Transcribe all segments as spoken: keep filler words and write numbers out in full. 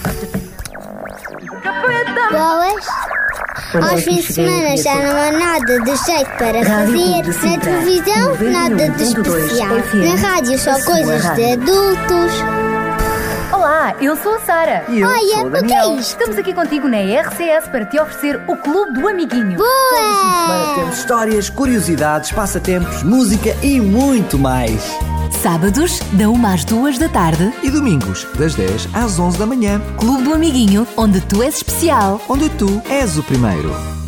Boas. Aos fins de semana já não há nada de jeito para fazer. Na televisão, nada de especial. Na rádio, só coisas de adultos. Olá, eu sou a Sara. E eu Olha, sou o o que é Daniel. isto? Estamos aqui contigo na R C S para te oferecer o Clube do Amiguinho. Boa! Temos histórias, curiosidades, passatempos, música e muito mais. Sábados, da uma às duas da tarde. E domingos, das dez às onze da manhã, Clube do Amiguinho, onde tu és especial. onde tu és o primeiro.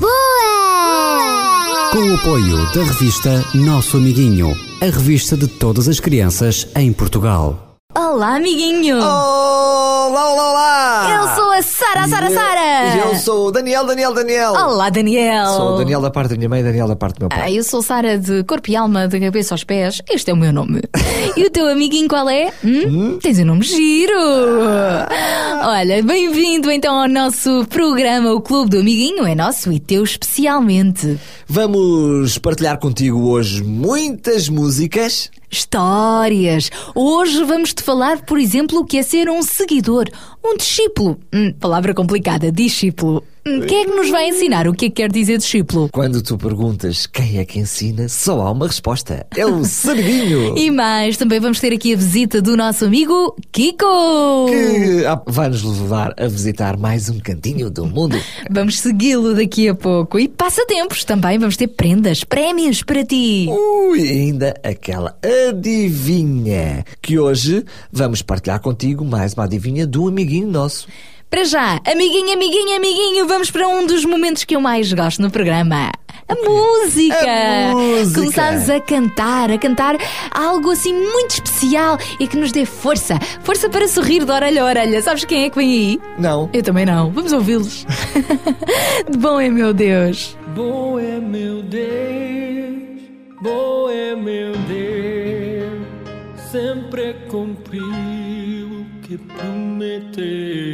Boa! Com o apoio da revista Nosso Amiguinho, a revista de todas as crianças em Portugal. Olá, amiguinho! Olá, olá, olá! Eu sou a Sara, Sara, E Sara! eu sou o Daniel, Daniel, Daniel. Olá, Daniel! Sou o Daniel da parte da minha mãe e Daniel da parte do meu Ah, pai. eu sou Sara de corpo e alma, de cabeça aos pés. Este é o meu nome. E o teu amiguinho qual é? Hum? Tens um nome giro! Olha, bem-vindo então ao nosso programa. O Clube do Amiguinho é nosso e teu especialmente. Vamos partilhar contigo hoje muitas músicas. Histórias. Hoje vamos-te falar, por exemplo, o que é ser um seguidor, um discípulo. Hum, palavra complicada, discípulo. Hum, quem é que nos vai ensinar o que é que quer dizer discípulo? Quando tu perguntas quem é que ensina, só há uma resposta. É o Sarguinho. E mais, também vamos ter aqui a visita do nosso amigo Kiko. Que ah, vai-nos levar a visitar mais um cantinho do mundo. Vamos segui-lo daqui a pouco. E passatempos também, vamos ter prendas, prémios para ti. Ui, e ainda aquela adivinha, que hoje vamos partilhar contigo mais uma adivinha do amiguinho nosso. Para já, amiguinho, amiguinho, amiguinho, vamos para um dos momentos que eu mais gosto no programa. A música! A música! Começarmos a cantar, a cantar algo assim muito especial e que nos dê força. Força para sorrir de orelha a orelha. Sabes quem é que vem aí? Não. Eu também não. Vamos ouvi-los. De bom é meu Deus. Bom é meu Deus, bom é meu Deus, sempre cumpriu o que prometeu.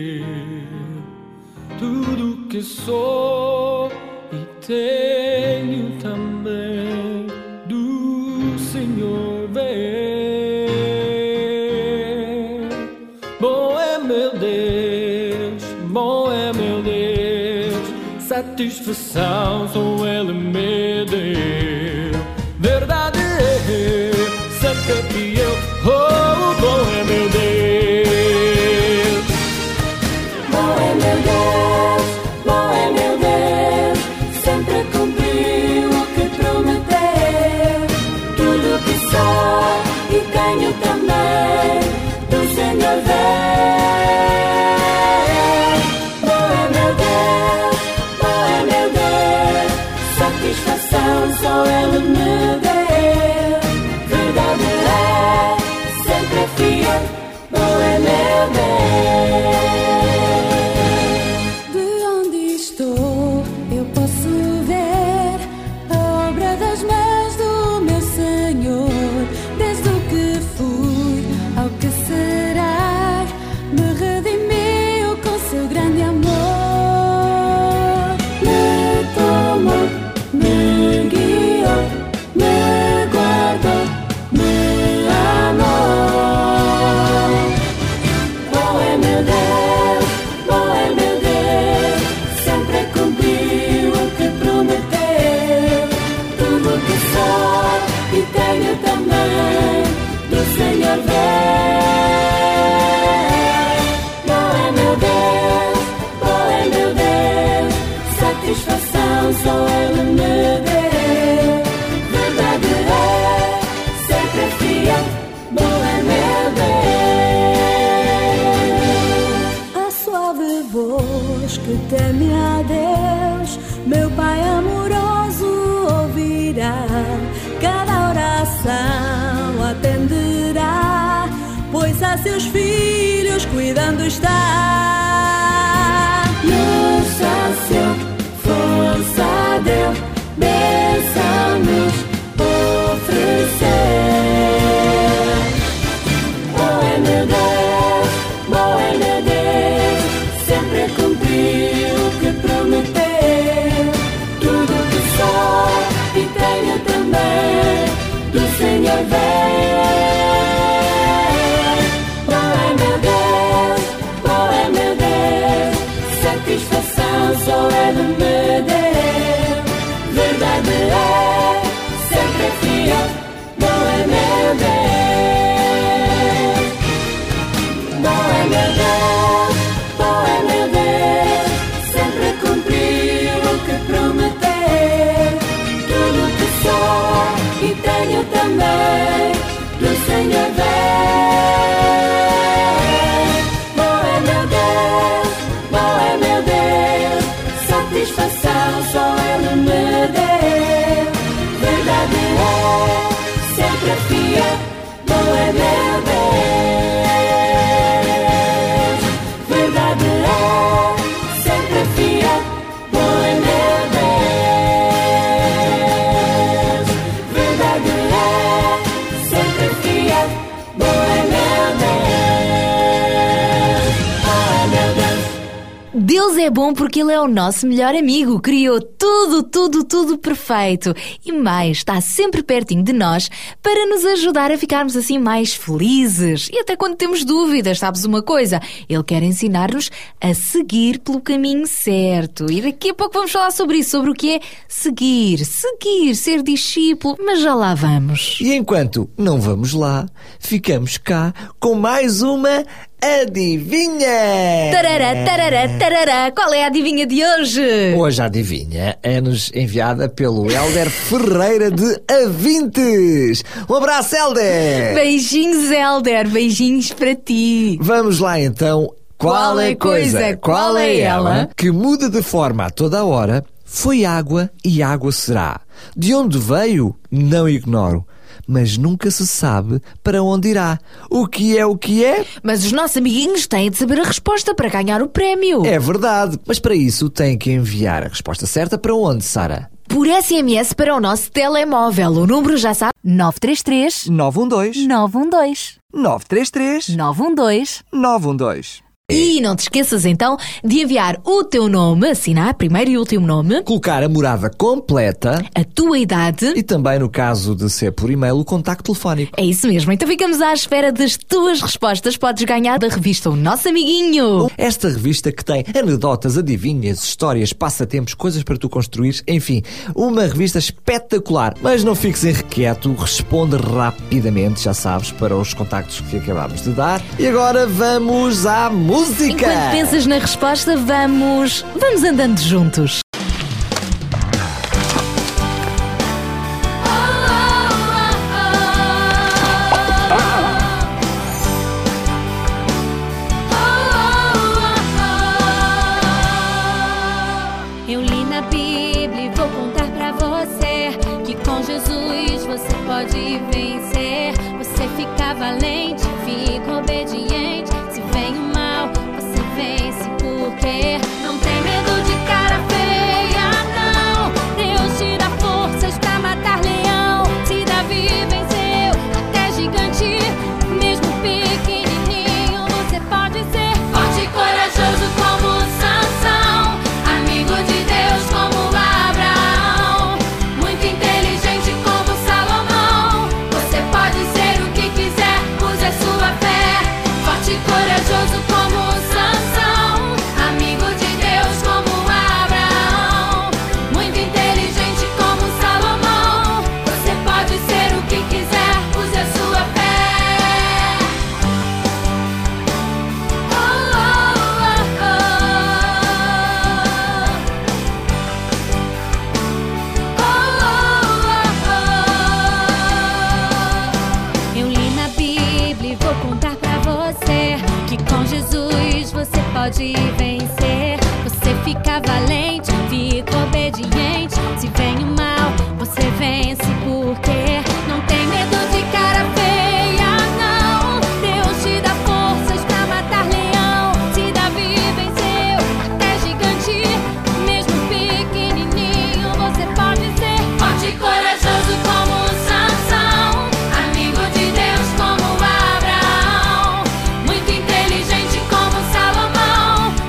Tudo que sou e tenho também do Senhor vem. Bom é meu Deus, bom é meu Deus, satisfação só Ele me deu. Verdade é sempre fiel, oh, bom é meu Deus. Bom é meu Deus, bom é meu Deus, sempre cumpriu o que prometeu. Tudo que sou e tenho também do Senhor vem. Bom é meu Deus, bom é meu Deus, satisfação só Ele me deu. Verdade é sempre fiel, bom é meu Deus. De onde estou, eu posso ver a obra das mãos do meu Senhor. Desde o que fui ao que será, me redimiu com seu grande amor. Me tomou, me guiou, me guardou, me amou. Bom é meu Deus, bom é meu Deus, sempre cumpriu o que prometeu. Tudo que sou e tenho também do Senhor vem. Bom é meu Deus, bom é meu Deus, satisfação só Ele me deu. Verdade é sempre fiel, bom é meu Deus. A suave voz que teme a Deus, meu Pai amoroso ouvirá. Cada oração atenderá, pois a seus filhos cuidando está. Nos saciou, força deu, bênção nos ofereceu. Bom é meu Deus, bom é meu Deus, sempre cumpriu o que prometeu. Tudo que sou e tenho também do Senhor vem. Bom é meu Deus, bom é meu Deus, também do Senhor vem. Bom é meu Deus, bom é meu Deus, satisfação só Ele me deu. Verdade é, sempre fiel, bom é meu Deus. Verdade é, sempre fiel, bom é meu Deus. Verdade é, sempre fiel, bom é meu Deus. Bom é meu Deus. Deus é bom porque Ele é o nosso melhor amigo. Criou tudo, tudo, tudo perfeito. E mais, está sempre pertinho de nós para nos ajudar a ficarmos assim mais felizes. E até quando temos dúvidas, sabes uma coisa? Ele quer ensinar-nos a seguir pelo caminho certo. E daqui a pouco vamos falar sobre isso, sobre o que é seguir. Seguir, ser discípulo. Mas já lá vamos. E enquanto não vamos lá, ficamos cá com mais uma adivinha! Tarará, tarará, tarará. Qual é a adivinha de hoje? Hoje a adivinha é-nos enviada pelo Hélder Ferreira de Avintes. Um abraço, Hélder! Beijinhos, Hélder. Beijinhos para ti. Vamos lá então. Qual é a coisa, qual é ela, que muda de forma a toda a hora? Foi água e água será. De onde veio? Não ignoro. Mas nunca se sabe para onde irá. O que é o que é? Mas os nossos amiguinhos têm de saber a resposta para ganhar o prémio. É verdade, mas para isso têm que enviar a resposta certa para onde, Sara? Por S M S para o nosso telemóvel. O número já sabe: nove três três, nove um dois, nove um dois, nove três três, nove um dois. nove um dois. E não te esqueças então de enviar o teu nome, assinar primeiro e último nome, colocar a morada completa, a tua idade e também, no caso de ser por e-mail, o contacto telefónico. É isso mesmo, então ficamos à espera das tuas respostas. Podes ganhar da revista O Nosso Amiguinho. Esta revista que tem anedotas, adivinhas, histórias, passatempos, coisas para tu construires, enfim, uma revista espetacular. Mas não fiques irrequieto, responde rapidamente, já sabes, para os contactos que acabámos de dar. E agora vamos à música. Enquanto pensas na resposta, vamos... vamos andando juntos. Eu li na Bíblia e vou contar pra você que com Jesus você pode vencer. Você fica valente, fica obediente. Se vem o mal, você vence porque não tem medo de cara feia, não. Deus te dá forças pra matar leão. Se Davi venceu até gigante, mesmo pequenininho, você pode ser forte e corajoso como Sansão, amigo de Deus como Abraão, muito inteligente como Salomão. Você pode ser o que quiser, use a sua fé. Forte e corajoso como Sansão, amigo de Deus como Abraão, muito inteligente como Salomão. Você pode ser o que quiser, use a sua fé. Oh, oh, oh, oh. Eu li na Bíblia e vou contar pra você que com Jesus você pode vencer. Você fica valente, fica obediente. Se vem o mal, você vence porque não tem medo de cara feia, não. Deus te dá forças pra matar leão. Se Davi venceu até gigante, mesmo pequenininho, você pode ser forte e corajoso como Sansão, amigo de Deus como Abraão, muito inteligente como Salomão.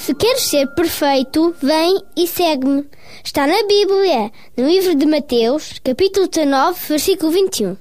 Se queres ser perfeito, vem e segue-me. Está na Bíblia, no livro de Mateus, capítulo dezanove, versículo vinte e um.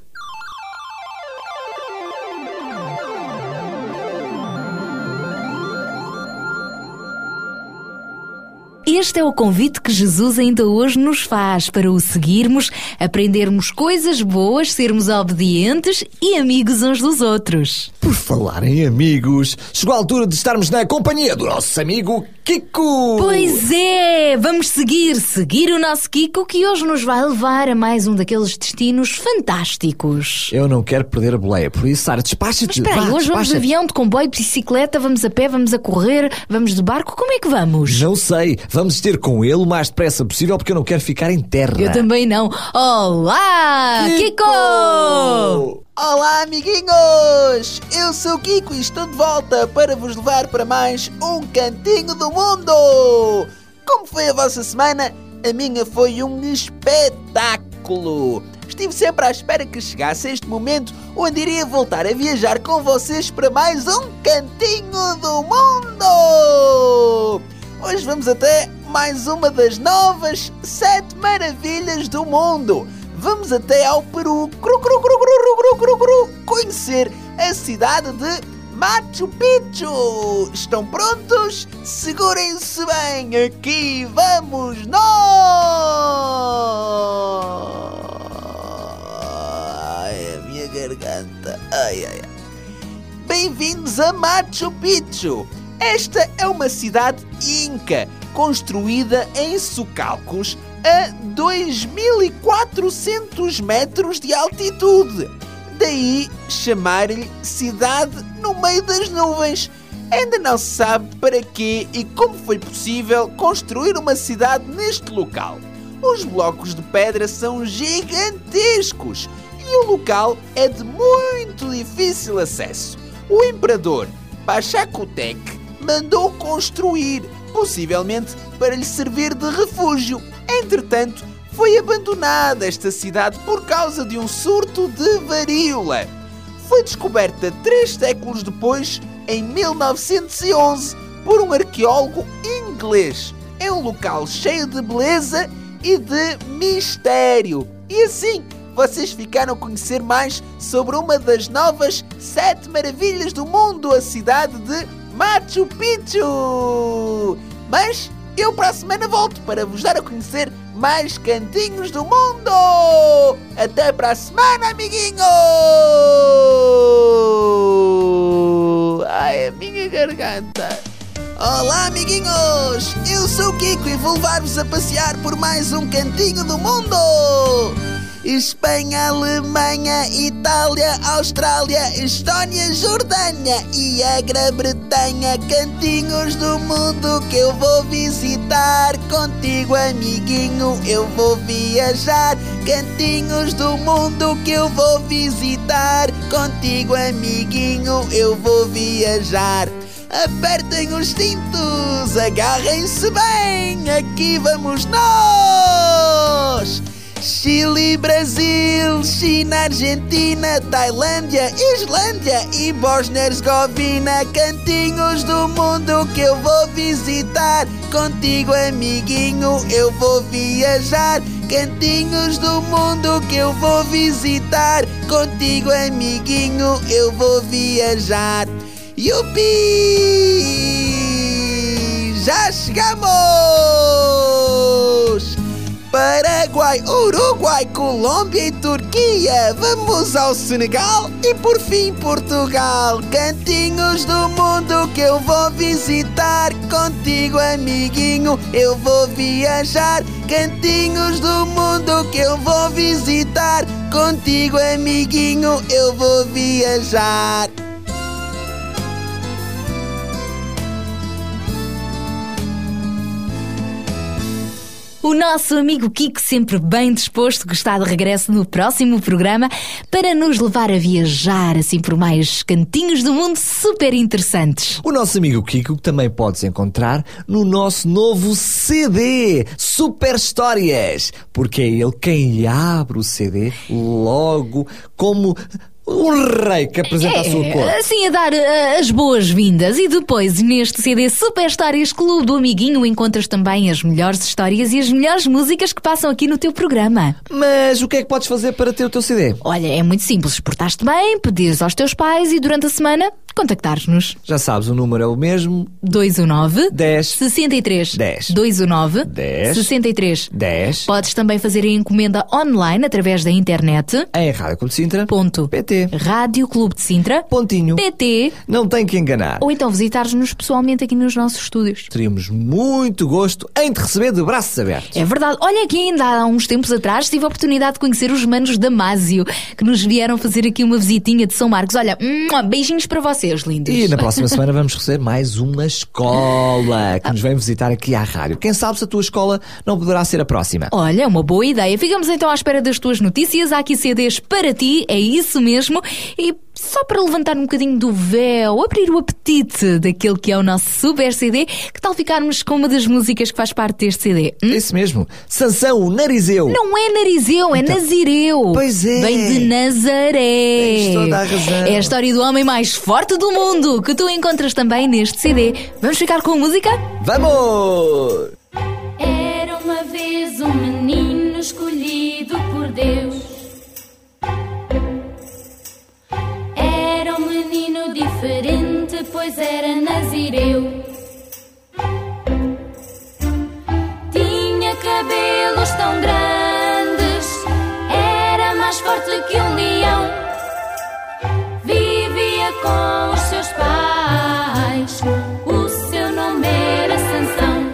Este é o convite que Jesus ainda hoje nos faz para o seguirmos, aprendermos coisas boas, sermos obedientes e amigos uns dos outros. Por falar em amigos, chegou a altura de estarmos na companhia do nosso amigo Kiko! Pois é! Vamos seguir, seguir o nosso Kiko, que hoje nos vai levar a mais um daqueles destinos fantásticos. Eu não quero perder a boleia, por isso, Sara, despacha-te. Mas espera aí, vá, hoje vamos de despacha-te. avião, de comboio, de bicicleta, vamos a pé, vamos a correr, vamos de barco, como é que vamos? Não sei, vamos ter com ele o mais depressa possível porque eu não quero ficar em terra. Eu também não. Olá, Kiko! Olá, amiguinhos! Eu sou o Kiko e estou de volta para vos levar para mais um cantinho do mundo! Como foi a vossa semana? A minha foi um espetáculo! Estive sempre à espera que chegasse este momento onde iria voltar a viajar com vocês para mais um cantinho do mundo! Hoje vamos até mais uma das novas sete maravilhas do mundo! Vamos até ao Peru, cru, cru, cru, cru, cru, cru, cru, conhecer a cidade de Machu Picchu. Estão prontos? Segurem-se bem, aqui vamos nós! Ai, a minha garganta, ai, ai, ai. Bem-vindos a Machu Picchu. Esta é uma cidade inca, construída em socalcos a dois mil e quatrocentos metros de altitude. Daí chamar-lhe cidade no meio das nuvens. Ainda não se sabe para quê e como foi possível construir uma cidade neste local. Os blocos de pedra são gigantescos e o local é de muito difícil acesso. O imperador Pachacutec mandou construir, possivelmente para lhe servir de refúgio. Entretanto, foi abandonada esta cidade por causa de um surto de varíola. Foi descoberta três séculos depois, em mil novecentos e onze, por um arqueólogo inglês. É um local cheio de beleza e de mistério. E assim, vocês ficaram a conhecer mais sobre uma das novas sete maravilhas do mundo, a cidade de Machu Picchu. Mas eu para a semana volto para vos dar a conhecer mais cantinhos do mundo. Até para a semana, amiguinho! Ai, a minha garganta. Olá, amiguinhos! Eu sou o Kiko e vou levar-vos a passear por mais um cantinho do mundo. Espanha, Alemanha, Itália, Austrália, Estónia, Jordânia e a Grã-Bretanha. Cantinhos do mundo que eu vou visitar. Contigo, amiguinho, eu vou viajar. Cantinhos do mundo que eu vou visitar. Contigo, amiguinho, eu vou viajar. Apertem os cintos, agarrem-se bem, aqui vamos nós! Chile, Brasil, China, Argentina, Tailândia, Islândia e Bósnia-Herzegovina. Cantinhos do mundo que eu vou visitar. Contigo, amiguinho, eu vou viajar. Cantinhos do mundo que eu vou visitar. Contigo, amiguinho, eu vou viajar. Yupi! Já chegamos! Paraguai, Uruguai, Colômbia e Turquia. Vamos ao Senegal e por fim Portugal. Cantinhos do mundo que eu vou visitar. Contigo, amiguinho, eu vou viajar. Cantinhos do mundo que eu vou visitar. Contigo, amiguinho, eu vou viajar. O nosso amigo Kiko, sempre bem disposto, que está de regresso no próximo programa para nos levar a viajar assim por mais cantinhos do mundo super interessantes. O nosso amigo Kiko também podes encontrar no nosso novo C D, Super Histórias, porque é ele quem abre o C D logo como o rei que apresenta é, a sua cor. Assim a dar uh, as boas-vindas. E depois, neste C D Super Histórias Clube do Amiguinho, encontras também as melhores histórias e as melhores músicas que passam aqui no teu programa. Mas o que é que podes fazer para ter o teu C D? Olha, é muito simples. Portaste bem, pedires aos teus pais e durante a semana contactares-nos. Já sabes, o número é o mesmo. dois um nove, dez, sessenta e três, dez. dois um nove, dez, sessenta e três, dez. Podes também fazer a encomenda online através da internet. Em Rádio Clube de Sintra. Ponto. P T. Rádio Clube de Sintra. Pontinho. P T. Não tem que enganar. Ou então visitares-nos pessoalmente aqui nos nossos estúdios. Teríamos muito gosto em te receber de braços abertos. É verdade. Olha, aqui ainda há uns tempos atrás tive a oportunidade de conhecer os manos da Másio, que nos vieram fazer aqui uma visitinha de São Marcos. Olha, beijinhos para vocês, lindos. E na próxima semana vamos receber mais uma escola que nos vem visitar aqui à rádio. Quem sabe se a tua escola não poderá ser a próxima. Olha, uma boa ideia. Ficamos então à espera das tuas notícias. Há aqui C Ds para ti, é isso mesmo. E só para levantar um bocadinho do véu, abrir o apetite daquele que é o nosso super C D, que tal ficarmos com uma das músicas que faz parte deste C D? Hum? Esse mesmo. Sansão, o Narizeu. Não é Narizeu, é então, Nazireu. Pois é. Vem de Nazaré. Tens toda a razão. É a história do homem mais forte do mundo, que tu encontras também neste C D. Vamos ficar com a música? Vamos! Era uma vez um menino escolhido por Deus. Era um menino diferente, pois era nazireu. Tinha cabelos tão grandes, era mais forte que um leão. Vivia com os seus pais, o seu nome era Sansão.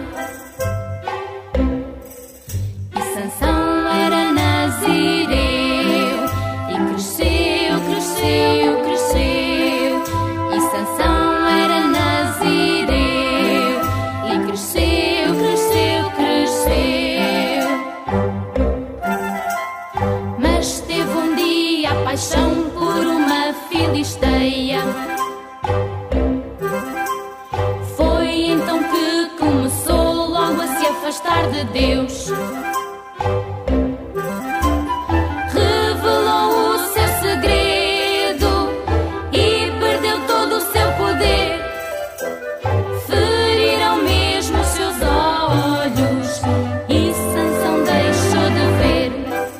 E Sansão era nazireu, e cresceu, cresceu, cresceu. E Sansão era nazireu, e cresceu, cresceu, cresceu. Mas teve um dia a paixão por uma filisteia. Foi então que começou logo a se afastar de Deus. Revelou o seu segredo e perdeu todo o seu poder. Feriram mesmo os seus olhos e Sansão deixou de ver.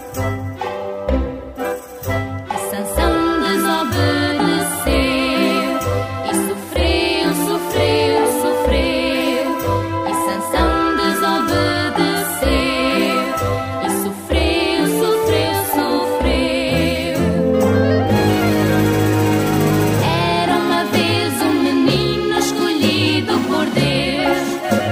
E Sansão desobedeceu e sofreu, sofreu, sofreu. E Sansão desobedeceu e sofreu, sofreu, sofreu. Era uma vez um menino escolhido por Deus.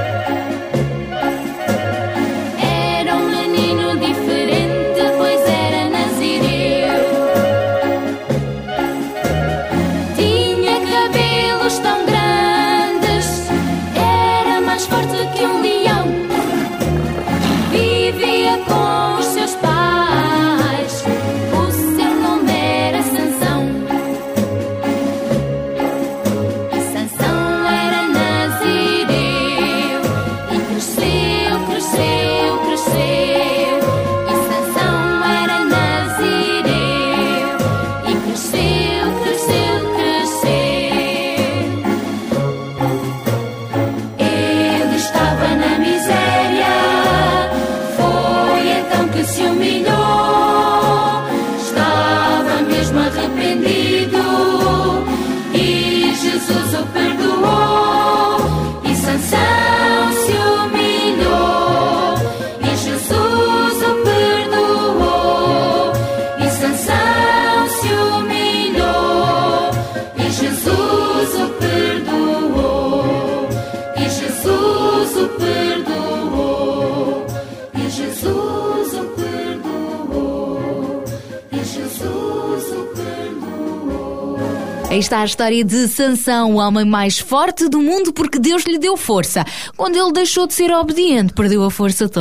Era um menino diferente, pois era nazireu. Tinha cabelos tão grandes, era mais forte que um leão. Vivia com os seus pais, o seu nome era Sansão. E Sansão era nazireu, e cresceu, cresceu, cresceu. E Sansão era nazireu, e cresceu, cresceu, cresceu. Ele estava na miséria, foi então que se humilhou. Estava mesmo arrependido e Jesus o perdoou. E Sansão se humilhou e Jesus o perdoou. E Sansão se humilhou e Jesus o perdoou. E Jesus o perdoou. E Jesus o perdoou. E Jesus o perdoou. Aí está a história de Sansão, o homem mais forte do mundo, porque Deus lhe deu força. Quando ele deixou de ser obediente, perdeu a força toda.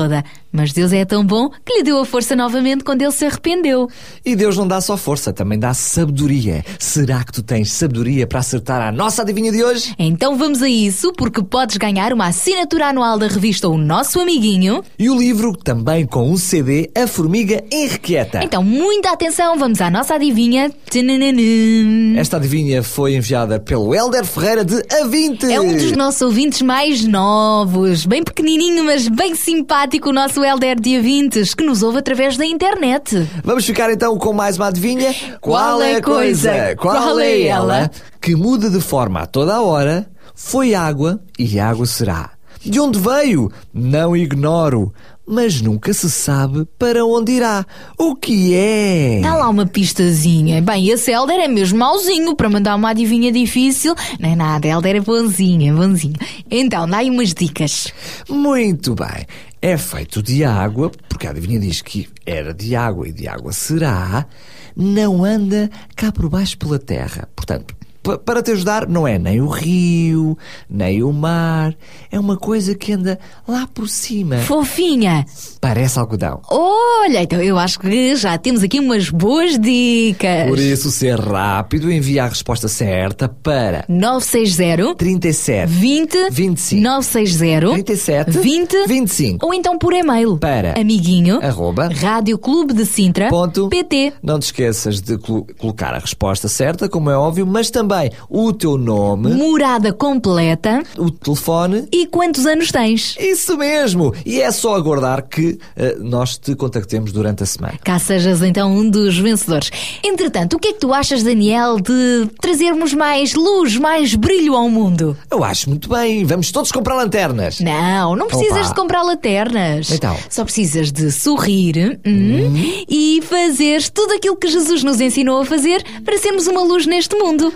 Mas Deus é tão bom que lhe deu a força novamente quando ele se arrependeu. E Deus não dá só força, também dá sabedoria. Será que tu tens sabedoria para acertar a nossa adivinha de hoje? Então vamos a isso, porque podes ganhar uma assinatura anual da revista O Nosso Amiguinho. E o livro também com um C D, A Formiga Irrequieta. Então muita atenção, vamos à nossa adivinha. Tchananã. Esta adivinha foi enviada pelo Hélder Ferreira de Avinte. É um dos nossos ouvintes mais novos, bem pequenininho, mas bem simpático, o nosso Hélder de Avintes, que nos ouve através da internet. Vamos ficar então com mais uma adivinha. Qual é a coisa? Qual é ela que muda de forma a toda a hora? Foi água e água será. De onde veio? Não ignoro, mas nunca se sabe para onde irá. O que é? Dá lá uma pistazinha. Bem, esse Hélder é mesmo mauzinho para mandar uma adivinha difícil. Não é nada, Hélder é bonzinho, é bonzinho. Então, dá aí umas dicas. Muito bem. É feito de água, porque a adivinha diz que era de água e de água será. Não anda cá por baixo pela terra. Portanto, p- para te ajudar, não é nem o rio, nem o mar. É uma coisa que anda lá por cima. Fofinha. Parece algodão. Olha, então eu acho que já temos aqui umas boas dicas. Por isso, ser rápido, envia a resposta certa para nove seis zero, trinta e sete, vinte, vinte e cinco, nove seis zero, trinta e sete, vinte, vinte e cinco. ou então por e-mail Para amiguinho, arroba, rádio clube de Sintra, ponto, pt. Não te esqueças de colo- colocar a resposta certa, como é óbvio, mas também o teu nome, Morada completa o telefone. e quantos anos tens. Isso mesmo! E é só aguardar que eh, nós te contactemos durante a semana. Cá sejas então um dos vencedores. Entretanto, o que é que tu achas, Daniel, de trazermos mais luz, mais brilho ao mundo? Eu acho muito bem. Vamos todos comprar lanternas. Não, não precisas Opa. de comprar lanternas. Então? Só precisas de sorrir hum, e fazeres tudo aquilo que Jesus nos ensinou a fazer para sermos uma luz neste mundo.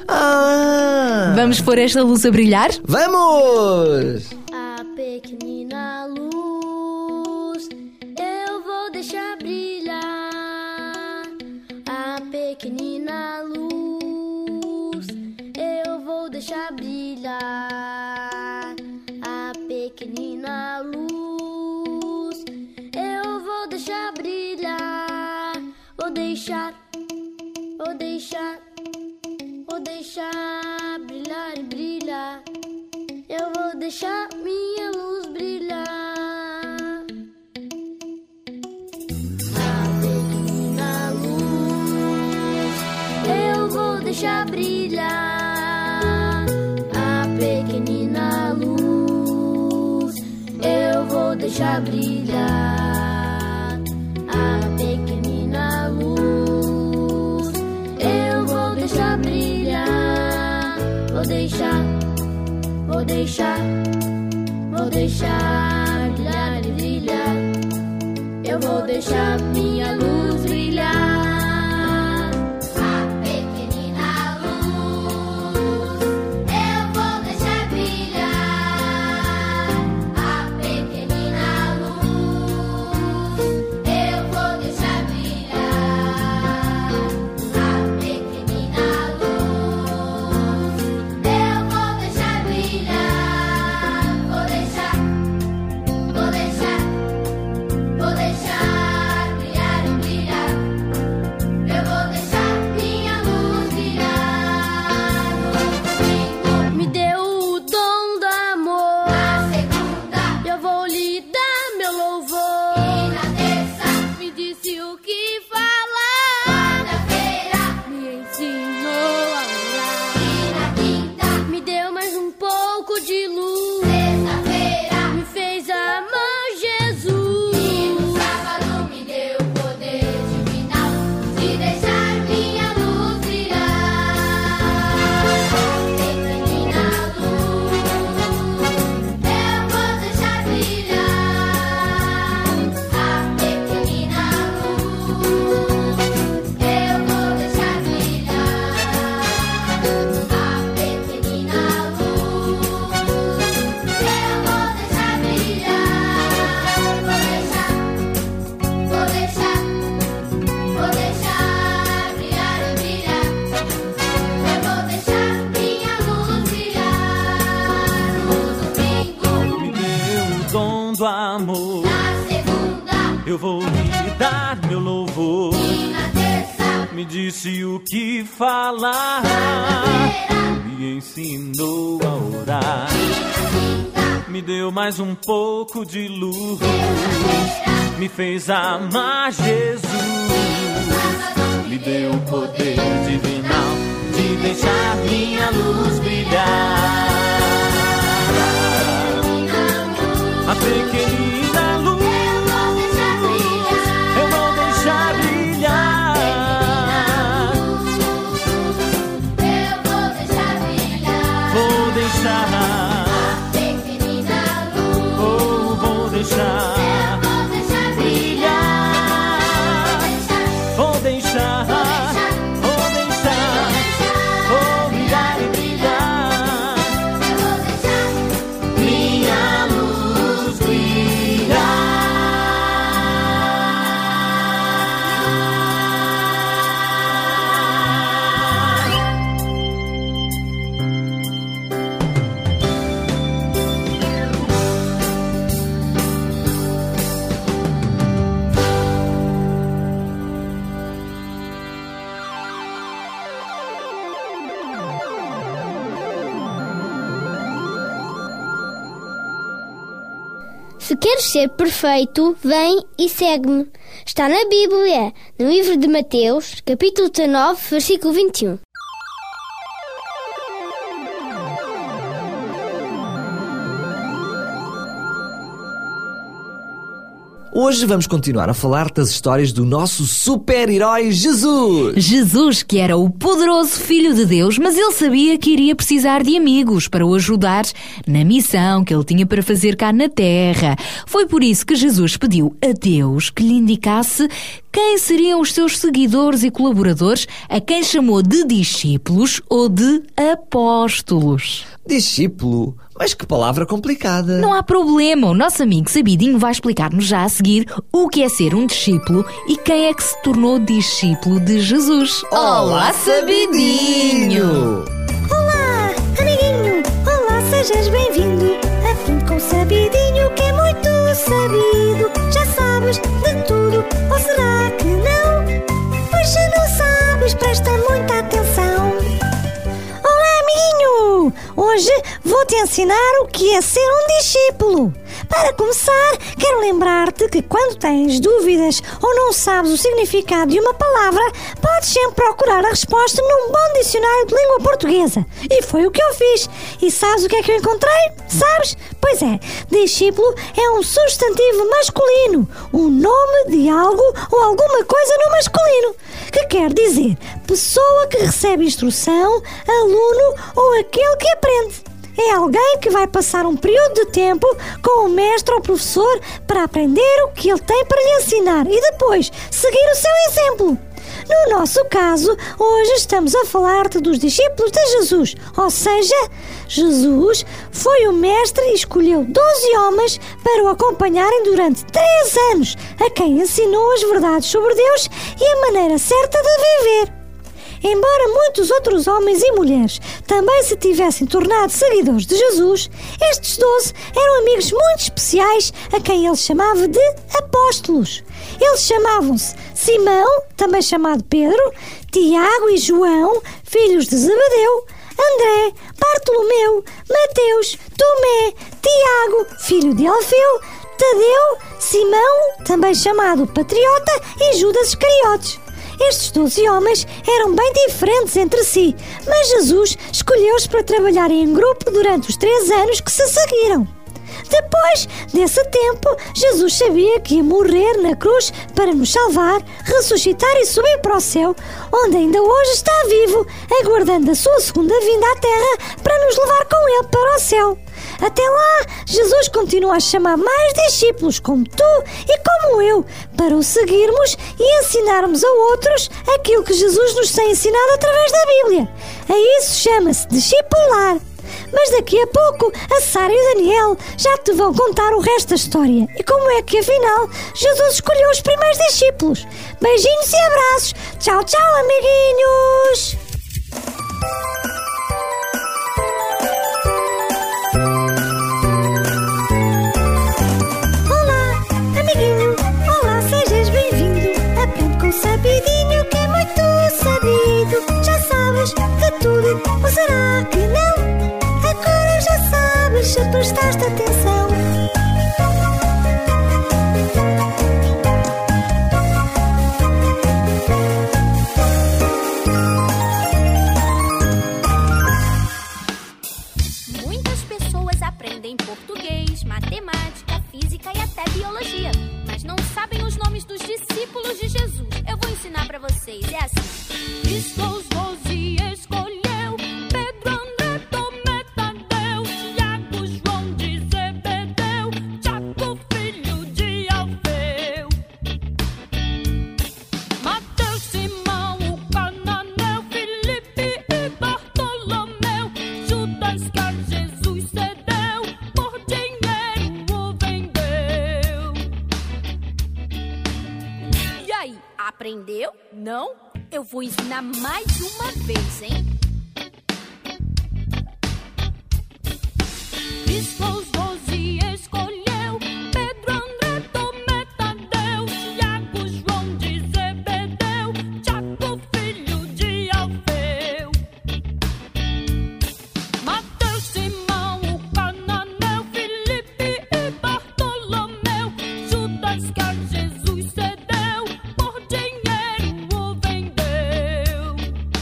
Ah! Vamos pôr esta luz a brilhar? Vamos! A pequenina luz eu vou deixar brilhar. A pequenina luz eu vou deixar brilhar. A pequenina luz eu vou deixar brilhar. Vou deixar, vou deixar, vou deixar brilhar e brilhar. Eu vou deixar minha luz brilhar. A pequenina luz eu vou deixar brilhar. A pequenina luz eu vou deixar brilhar. A pequenina luz eu vou deixar brilhar. Vou deixar, vou deixar, vou deixar brilhar e brilhar. Eu vou deixar minha luz brilhar. A pequenina luz eu vou deixar brilhar. A pequenina luz eu vou deixar brilhar. A pequenina luz eu vou deixar brilhar. Vou deixar, vou deixar, vou deixar brilhar e brilhar. me disse o que falar, me ensinou a orar, me deu mais um pouco de luz, me fez amar Jesus, me deu o poder divinal de deixar minha luz brilhar. A pequenina luz eu vou deixar brilhar. Eu vou deixar brilhar. Vou deixar a pequenina luz. Oh, vou deixar. Eu vou deixar brilhar. Vou deixar. Vou deixar. Vou brilhar e brilhar. Eu vou deixar minha luz brilhar. Se queres ser perfeito, vem e segue-me. Está na Bíblia, no livro de Mateus, capítulo dezanove, versículo vinte e um. Hoje vamos continuar a falar das histórias do nosso super-herói Jesus. Jesus, que era o poderoso Filho de Deus, mas ele sabia que iria precisar de amigos para o ajudar na missão que ele tinha para fazer cá na Terra. Foi por isso que Jesus pediu a Deus que lhe indicasse quem seriam os seus seguidores e colaboradores, a quem chamou de discípulos ou de apóstolos. Discípulo? Mas que palavra complicada. Não há problema, o nosso amigo Sabidinho vai explicar-nos já a seguir o que é ser um discípulo e quem é que se tornou discípulo de Jesus. Olá, Sabidinho! Olá, amiguinho! Olá, sejas bem-vindo! Aprende com o Sabidinho que é muito sabido. Já sabes de tudo, ou será que não? Pois se não sabes, presta muita atenção. Olá, amiguinho! Hoje vou-te ensinar o que é ser um discípulo. Para começar, quero lembrar-te que quando tens dúvidas ou não sabes o significado de uma palavra, podes sempre procurar a resposta num bom dicionário de língua portuguesa. E foi o que eu fiz. E sabes o que é que eu encontrei? Sabes? Pois é, discípulo é um substantivo masculino, um nome de algo ou alguma coisa no masculino, que quer dizer pessoa que recebe instrução, aluno ou aquele que aprende. É alguém que vai passar um período de tempo com o mestre ou professor para aprender o que ele tem para lhe ensinar e depois seguir o seu exemplo. No nosso caso, hoje estamos a falar-te dos discípulos de Jesus, ou seja, Jesus foi o mestre e escolheu doze homens para o acompanharem durante três anos, a quem ensinou as verdades sobre Deus e a maneira certa de viver. Embora muitos outros homens e mulheres também se tivessem tornado seguidores de Jesus, estes doze eram amigos muito especiais a quem ele chamava de apóstolos. Eles chamavam-se Simão, também chamado Pedro, Tiago e João, filhos de Zebedeu, André, Bartolomeu, Mateus, Tomé, Tiago, filho de Alfeu, Tadeu, Simão, também chamado Patriota, e Judas Iscariotes. Estes doze homens eram bem diferentes entre si, mas Jesus escolheu-os para trabalharem em grupo durante os três anos que se seguiram. Depois desse tempo, Jesus sabia que ia morrer na cruz para nos salvar, ressuscitar e subir para o céu, onde ainda hoje está vivo, aguardando a sua segunda vinda à terra para nos levar com ele para o céu. Até lá, Jesus continua a chamar mais discípulos como tu e como eu, para o seguirmos e ensinarmos a outros aquilo que Jesus nos tem ensinado através da Bíblia. A isso chama-se discipular. Mas daqui a pouco, a Sara e o Daniel já te vão contar o resto da história e como é que, afinal, Jesus escolheu os primeiros discípulos. Beijinhos e abraços. Tchau, tchau, amiguinhos! Olá, amiguinho! Olá, sejas bem-vindo! Aprende com o Sabidinho que é muito prestaste atenção. Muitas pessoas aprendem português, matemática, física e até biologia, mas não sabem os nomes dos discípulos de Jesus. Eu vou ensinar pra vocês, é assim. Piscou os doze, escolheu Pedro, André, Tomé, Tadeu, Tiago, João de Zebedeu, Tiago, filho de Alfeu, Mateus, Simão, o Cananeu, Filipe e Bartolomeu, Judas que a Jesus cedeu, por dinheiro o vendeu. E aí, aprendeu? Não? Eu vou ensinar mais uma vez, hein? Piscou os doze, escolheu Pedro, André, Tomé, Tadeu, Tiago, João de Zebedeu, Tiago, filho de Alfeu, Mateus, Simão, o Cananeu, Filipe e Bartolomeu, Judas que a Jesus cedeu, por dinheiro o vendeu.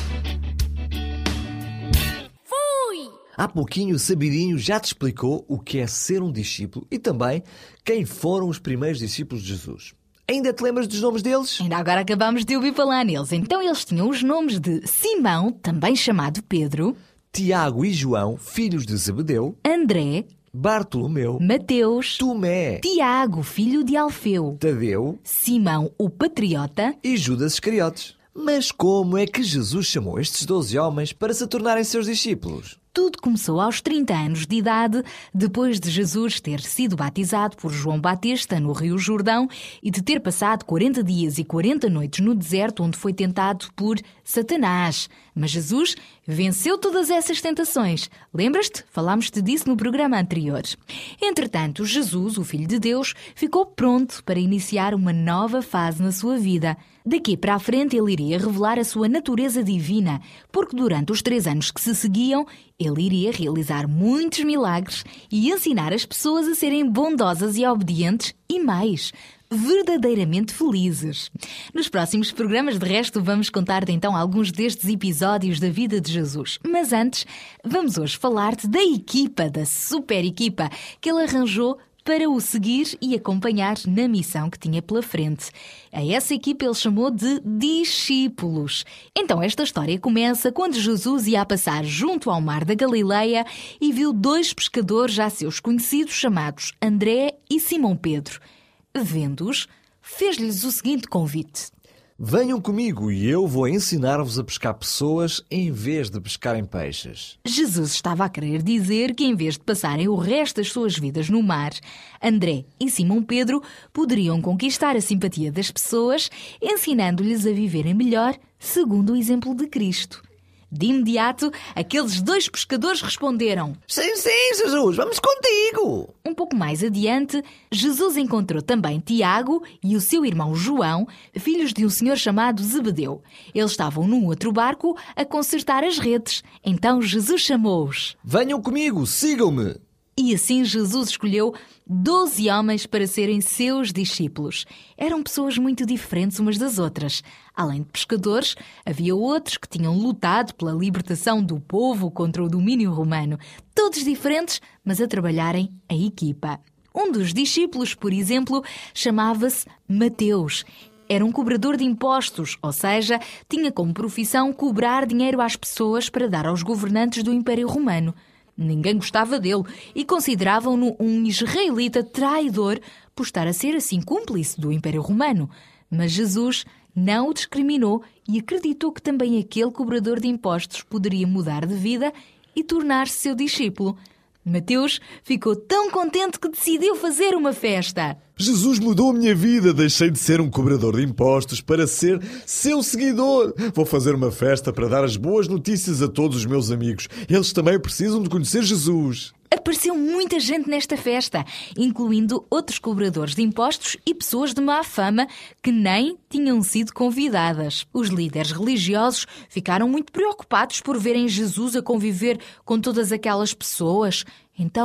Fui! Há pouquinho o Sabidinho já te explicou o que é ser um discípulo e também quem foram os primeiros discípulos de Jesus. Ainda te lembras dos nomes deles? Ainda agora acabámos de ouvir falar neles. Então eles tinham os nomes de Simão, também chamado Pedro, Tiago e João, filhos de Zebedeu, André, Bartolomeu, Mateus, Tomé, Tiago, filho de Alfeu, Tadeu Simão, o patriota, e Judas Iscariotes. Mas como é que Jesus chamou estes doze homens para se tornarem seus discípulos? Tudo começou aos trinta anos de idade, depois de Jesus ter sido batizado por João Batista no Rio Jordão e de ter passado quarenta dias e quarenta noites no deserto, onde foi tentado por Satanás. Mas Jesus venceu todas essas tentações. Lembras-te? Falámos-te disso no programa anterior. Entretanto, Jesus, o Filho de Deus, ficou pronto para iniciar uma nova fase na sua vida. Daqui para a frente ele iria revelar a sua natureza divina, porque durante os três anos que se seguiam, ele iria realizar muitos milagres e ensinar as pessoas a serem bondosas e obedientes e mais, verdadeiramente felizes. Nos próximos programas, de resto, vamos contar-te então alguns destes episódios da vida de Jesus. Mas antes, vamos hoje falar-te da equipa, da super equipa que ele arranjou para o seguir e acompanhar na missão que tinha pela frente. A essa equipa ele chamou de discípulos. Então esta história começa quando Jesus ia a passar junto ao mar da Galileia e viu dois pescadores já seus conhecidos chamados André e Simão Pedro. Vendo-os, fez-lhes o seguinte convite: venham comigo e eu vou ensinar-vos a pescar pessoas em vez de pescarem peixes. Jesus estava a querer dizer que em vez de passarem o resto das suas vidas no mar, André e Simão Pedro poderiam conquistar a simpatia das pessoas, ensinando-lhes a viverem melhor segundo o exemplo de Cristo. De imediato, aqueles dois pescadores responderam: sim, sim, Jesus, vamos contigo. Um pouco mais adiante, Jesus encontrou também Tiago e o seu irmão João, filhos de um senhor chamado Zebedeu. Eles estavam num outro barco a consertar as redes. Então Jesus chamou-os: venham comigo, sigam-me. E assim Jesus escolheu doze homens para serem seus discípulos. Eram pessoas muito diferentes umas das outras. Além de pescadores, havia outros que tinham lutado pela libertação do povo contra o domínio romano. Todos diferentes, mas a trabalharem em equipa. Um dos discípulos, por exemplo, chamava-se Mateus. Era um cobrador de impostos, ou seja, tinha como profissão cobrar dinheiro às pessoas para dar aos governantes do Império Romano. Ninguém gostava dele e consideravam-no um israelita traidor por estar a ser assim cúmplice do Império Romano. Mas Jesus não o discriminou e acreditou que também aquele cobrador de impostos poderia mudar de vida e tornar-se seu discípulo. Mateus ficou tão contente que decidiu fazer uma festa. Jesus mudou a minha vida. Deixei de ser um cobrador de impostos para ser seu seguidor. Vou fazer uma festa para dar as boas notícias a todos os meus amigos. Eles também precisam de conhecer Jesus. Apareceu muita gente nesta festa, incluindo outros cobradores de impostos e pessoas de má fama que nem tinham sido convidadas. Os líderes religiosos ficaram muito preocupados por verem Jesus a conviver com todas aquelas pessoas. Então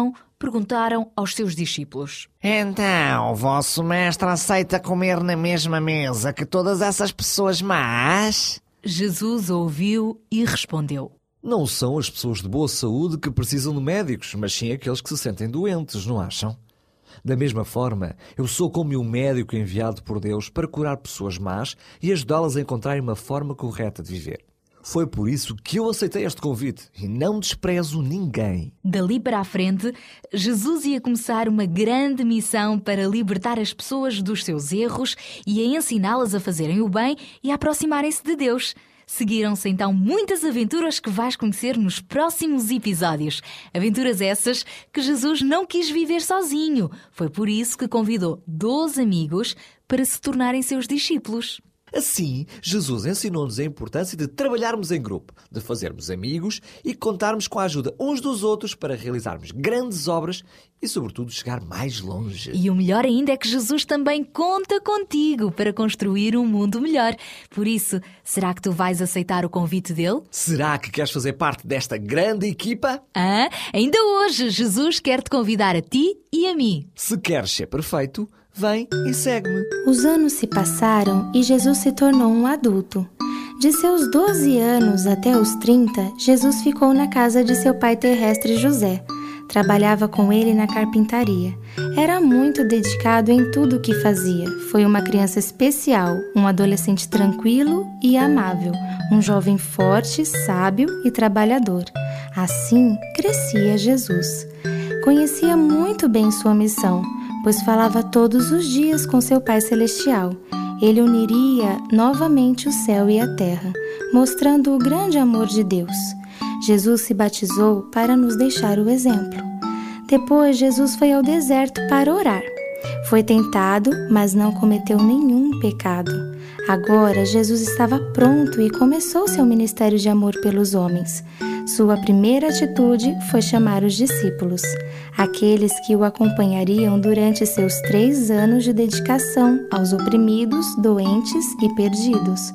perguntaram aos seus discípulos: Então, o vosso mestre aceita comer na mesma mesa que todas essas pessoas más? Jesus ouviu e respondeu: Não são as pessoas de boa saúde que precisam de médicos, mas sim aqueles que se sentem doentes, não acham? Da mesma forma, eu sou como um médico enviado por Deus para curar pessoas más e ajudá-las a encontrarem uma forma correta de viver. Foi por isso que eu aceitei este convite e não desprezo ninguém. Dali para a frente, Jesus ia começar uma grande missão para libertar as pessoas dos seus erros e a ensiná-las a fazerem o bem e a aproximarem-se de Deus. Seguiram-se então muitas aventuras que vais conhecer nos próximos episódios. Aventuras essas que Jesus não quis viver sozinho. Foi por isso que convidou doze amigos para se tornarem seus discípulos. Assim, Jesus ensinou-nos a importância de trabalharmos em grupo, de fazermos amigos e contarmos com a ajuda uns dos outros para realizarmos grandes obras e, sobretudo, chegar mais longe. E o melhor ainda é que Jesus também conta contigo para construir um mundo melhor. Por isso, será que tu vais aceitar o convite dele? Será que queres fazer parte desta grande equipa? Ah, ainda hoje, Jesus quer te convidar a ti e a mim. Se queres ser perfeito, vem e segue-me. Os anos se passaram e Jesus se tornou um adulto. De seus doze anos até os trinta, Jesus ficou na casa de seu pai terrestre José. Trabalhava com ele na carpintaria. Era muito dedicado em tudo o que fazia. Foi uma criança especial, um adolescente tranquilo e amável, um jovem forte, sábio e trabalhador. Assim crescia Jesus. Conhecia muito bem sua missão, pois falava todos os dias com seu Pai Celestial. Ele uniria novamente o céu e a terra, mostrando o grande amor de Deus. Jesus se batizou para nos deixar o exemplo. Depois, Jesus foi ao deserto para orar. Foi tentado, mas não cometeu nenhum pecado. Agora, Jesus estava pronto e começou seu ministério de amor pelos homens. Sua primeira atitude foi chamar os discípulos, aqueles que o acompanhariam durante seus três anos de dedicação aos oprimidos, doentes e perdidos.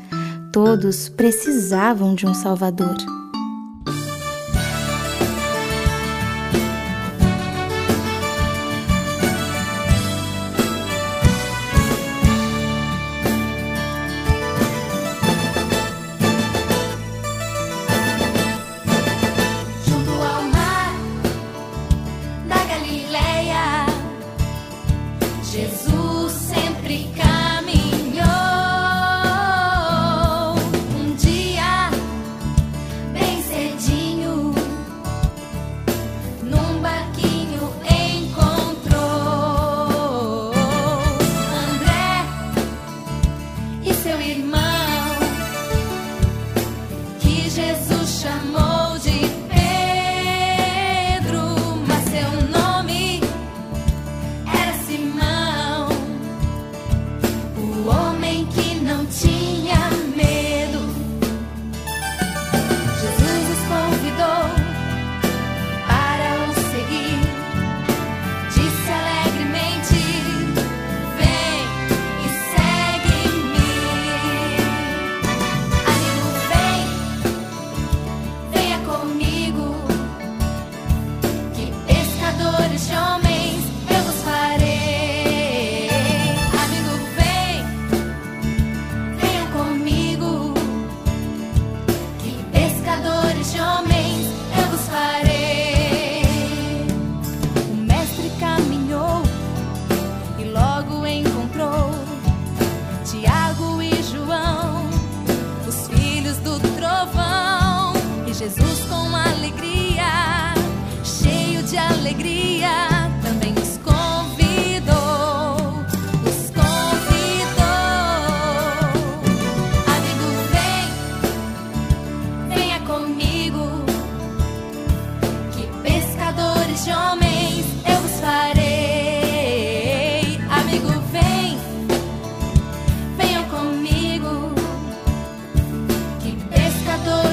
Todos precisavam de um Salvador.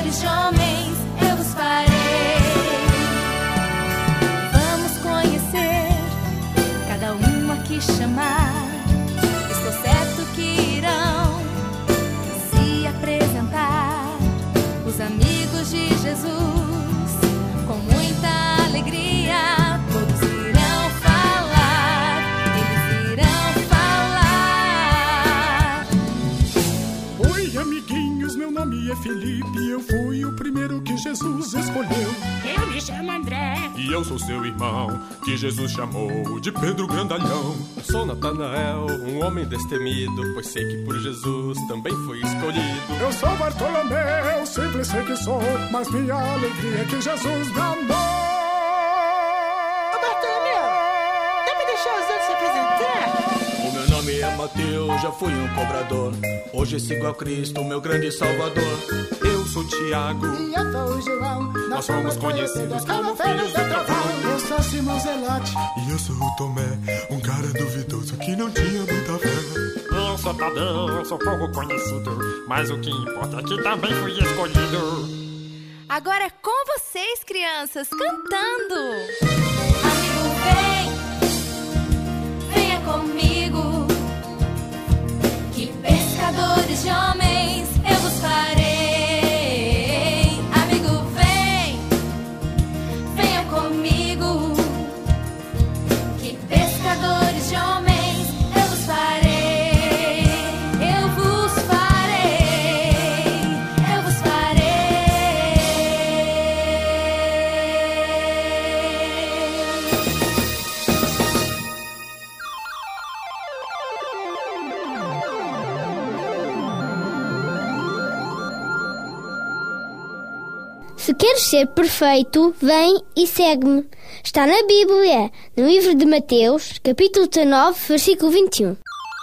Conhecer Filipe, eu fui o primeiro que Jesus escolheu. Eu me chamo André. E eu sou seu irmão, que Jesus chamou de Pedro Grandalhão. Sou Natanael, um homem destemido, pois sei que por Jesus também fui escolhido. Eu sou Bartolomeu, simples sei que sou, mas minha alegria é que Jesus me amou. Ô Bartolomeu, dá pra deixar os outros se apresentar? O meu nome é Mateus, já fui um cobrador. Hoje sigo a Cristo, meu grande Salvador. Eu sou Tiago e eu sou o João. Nós somos conhecidos como filhos do trovão. Eu sou Simão Zelote e eu sou o Tomé, um cara duvidoso que não tinha muita fé. Eu sou Tadeu, eu sou pouco conhecido, mas o que importa é que também fui escolhido. Agora é com vocês, crianças, cantando. Amigo, vem, venha comigo, que pescadores de homens eu vos farei. Amigo, vem, venha comigo, que pescadores de homens eu vos farei. Eu vos farei, eu vos farei. Se queres ser perfeito, vem e segue-me. Está na Bíblia, no livro de Mateus, capítulo dezenove, versículo vinte e um.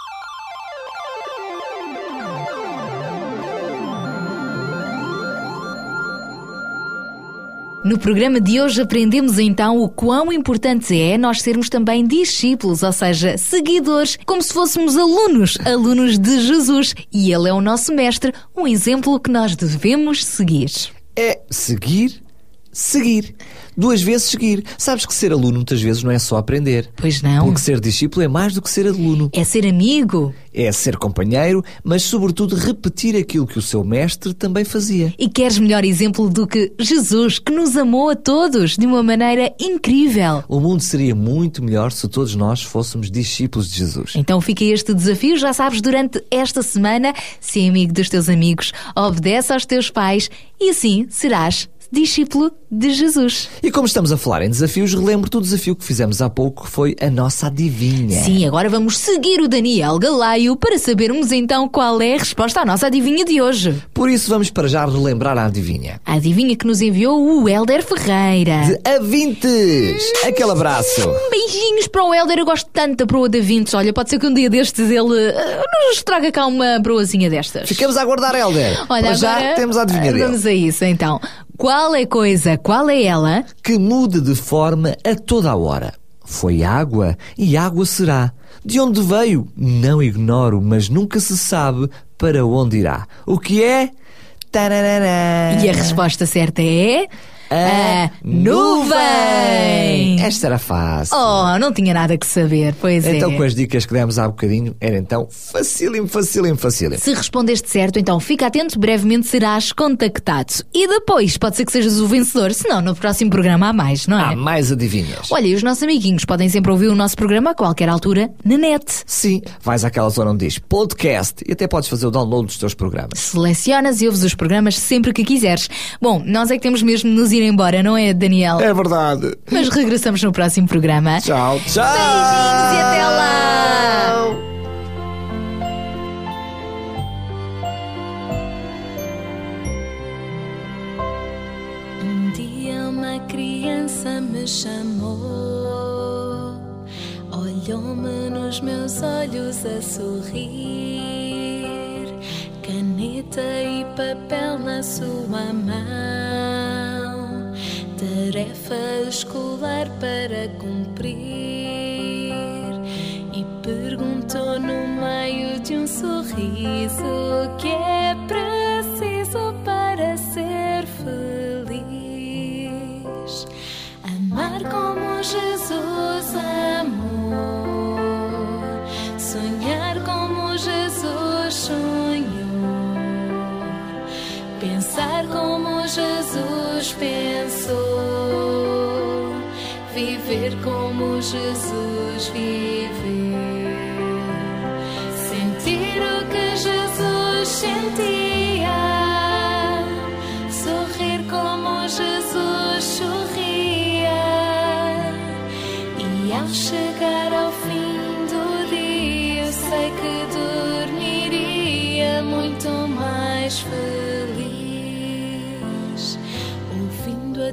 No programa de hoje aprendemos então o quão importante é nós sermos também discípulos, ou seja, seguidores, como se fôssemos alunos, alunos de Jesus. E Ele é o nosso mestre, um exemplo que nós devemos seguir. É seguir, seguir. Duas vezes seguir. Sabes que ser aluno muitas vezes não é só aprender. Pois não. Porque ser discípulo é mais do que ser aluno. É ser amigo. É ser companheiro, mas sobretudo repetir aquilo que o seu mestre também fazia. E queres melhor exemplo do que Jesus, que nos amou a todos de uma maneira incrível? O mundo seria muito melhor se todos nós fôssemos discípulos de Jesus. Então fica este desafio, já sabes, durante esta semana, ser amigo dos teus amigos, obedece aos teus pais e assim serás discípulo de Jesus. E como estamos a falar em desafios, relembro-te o desafio que fizemos há pouco, que foi a nossa adivinha. Sim, agora vamos seguir o Daniel Galaio para sabermos então qual é a resposta à nossa adivinha de hoje. Por isso vamos para já relembrar a adivinha. A adivinha que nos enviou o Hélder Ferreira. De Avintes! Aquele abraço! Beijinhos para o Hélder, eu gosto tanto da proa de Avintes. Olha, pode ser que um dia destes ele uh, nos traga cá uma proazinha destas. Ficamos a aguardar, Hélder. Olha, para agora, já temos a adivinha dele. Vamos a isso então. Qual é a coisa, qual é ela? Que muda de forma a toda a hora. Foi água e água será. De onde veio? Não ignoro, mas nunca se sabe para onde irá. O que é? Tararara. E a resposta certa é... A nuvem! Esta era fácil. Oh, não tinha nada que saber, pois então, é. Então, com as dicas que demos há bocadinho, era então facílimo, facílimo, facílimo. Se respondeste certo, então fica atento, brevemente serás contactado. E depois, pode ser que sejas o vencedor, senão no próximo programa há mais, não é? Há mais adivinhas. Olha, e os nossos amiguinhos podem sempre ouvir o nosso programa a qualquer altura na net. Sim, vais àquela zona onde diz podcast e até podes fazer o download dos teus programas. Selecionas e ouves os programas sempre que quiseres. Bom, nós é que temos mesmo de nos ir embora, não é, Daniel? É verdade. Mas regressamos no próximo programa. Tchau, tchau. Beijinhos e até lá. Um dia uma criança me chamou, olhou-me nos meus olhos a sorrir, caneta e papel na sua mão, tarefa escolar para cumprir, e perguntou no meio de um sorriso o que é preciso para ser feliz. Amar como Jesus amou, sonhar como Jesus sonhou, pensar como Jesus pensou, viver como Jesus viveu, sentir o que Jesus sentia,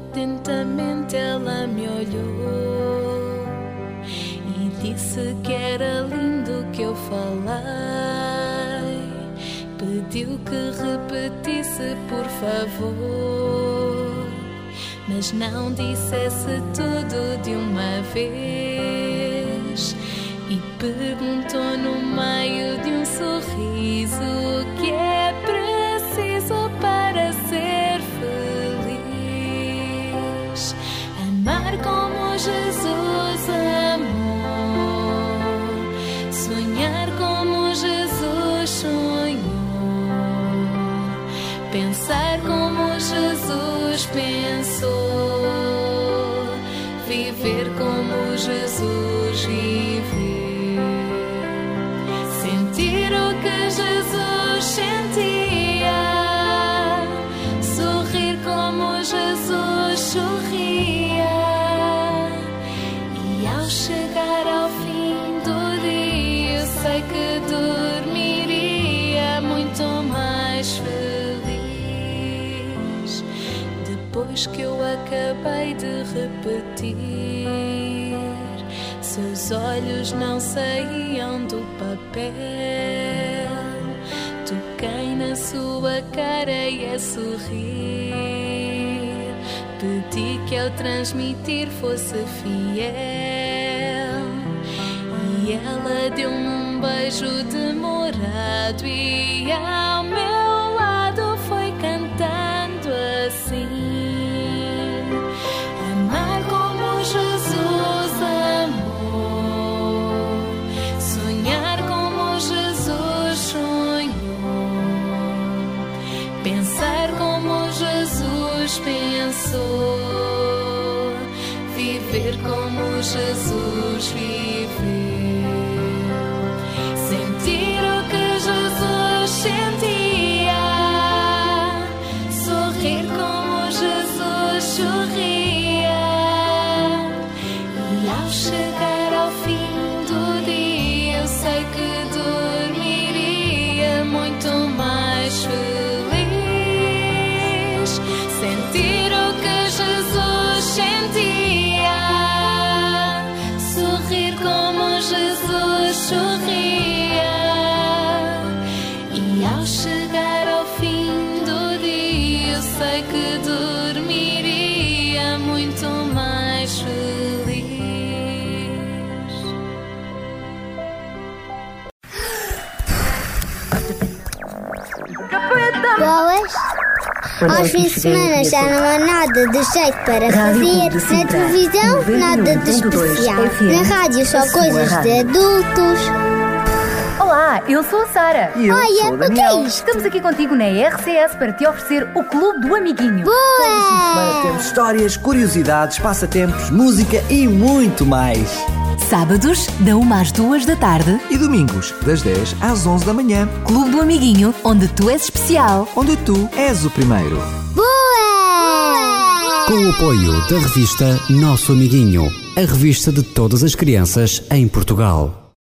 atentamente ela me olhou e disse que era lindo que eu falei. Pediu que repetisse, por favor, mas não dissesse tudo de uma vez. E perguntou no meio de um sorriso o que é preciso para ser feliz. Amar como Jesus amou, sonhar como Jesus sonhou, pensar como Jesus pensou, viver como Jesus viveu. Sentir o que Jesus sentia, sorrir como Jesus sorria. E ao chegar ao fim do dia, eu sei que dormiria muito mais feliz. Depois que eu acabei de repetir, seus olhos não saíam do papel. Toquei na sua cara e a sorrir, pedi que ao transmitir fosse fiel. E ela deu-me um beijo demorado e ao meu lado foi cantando assim: amar como Jesus amou, sonhar como Jesus sonhou, pensar como Jesus pensou, viver como Jesus viveu. Sentir o que Jesus sentia, sorrir como Jesus sorria. E ao chegar ao fim do dia, eu sei que dormiria muito mais feliz. Sentir o que Jesus sentia, sorrir como Jesus sorria. E ao chegar ao fim do dia, eu sei que dormiria muito mais feliz. Boas. Aos fins de semana já não há nada de jeito para fazer. Na televisão, nada de especial. Na rádio, só coisas de adultos. Olá, eu sou a Sara. E eu Olha, sou o Daniel. O que é isto? Estamos aqui contigo na R C S para te oferecer o Clube do Amiguinho. Boa! Temos histórias, curiosidades, passatempos, música e muito mais. Sábados, da uma às duas da tarde. E domingos, das dez às onze da manhã. Clube do Amiguinho, onde tu és especial. Onde tu és o primeiro. Boa! Com o apoio da revista Nosso Amiguinho, a revista de todas as crianças em Portugal.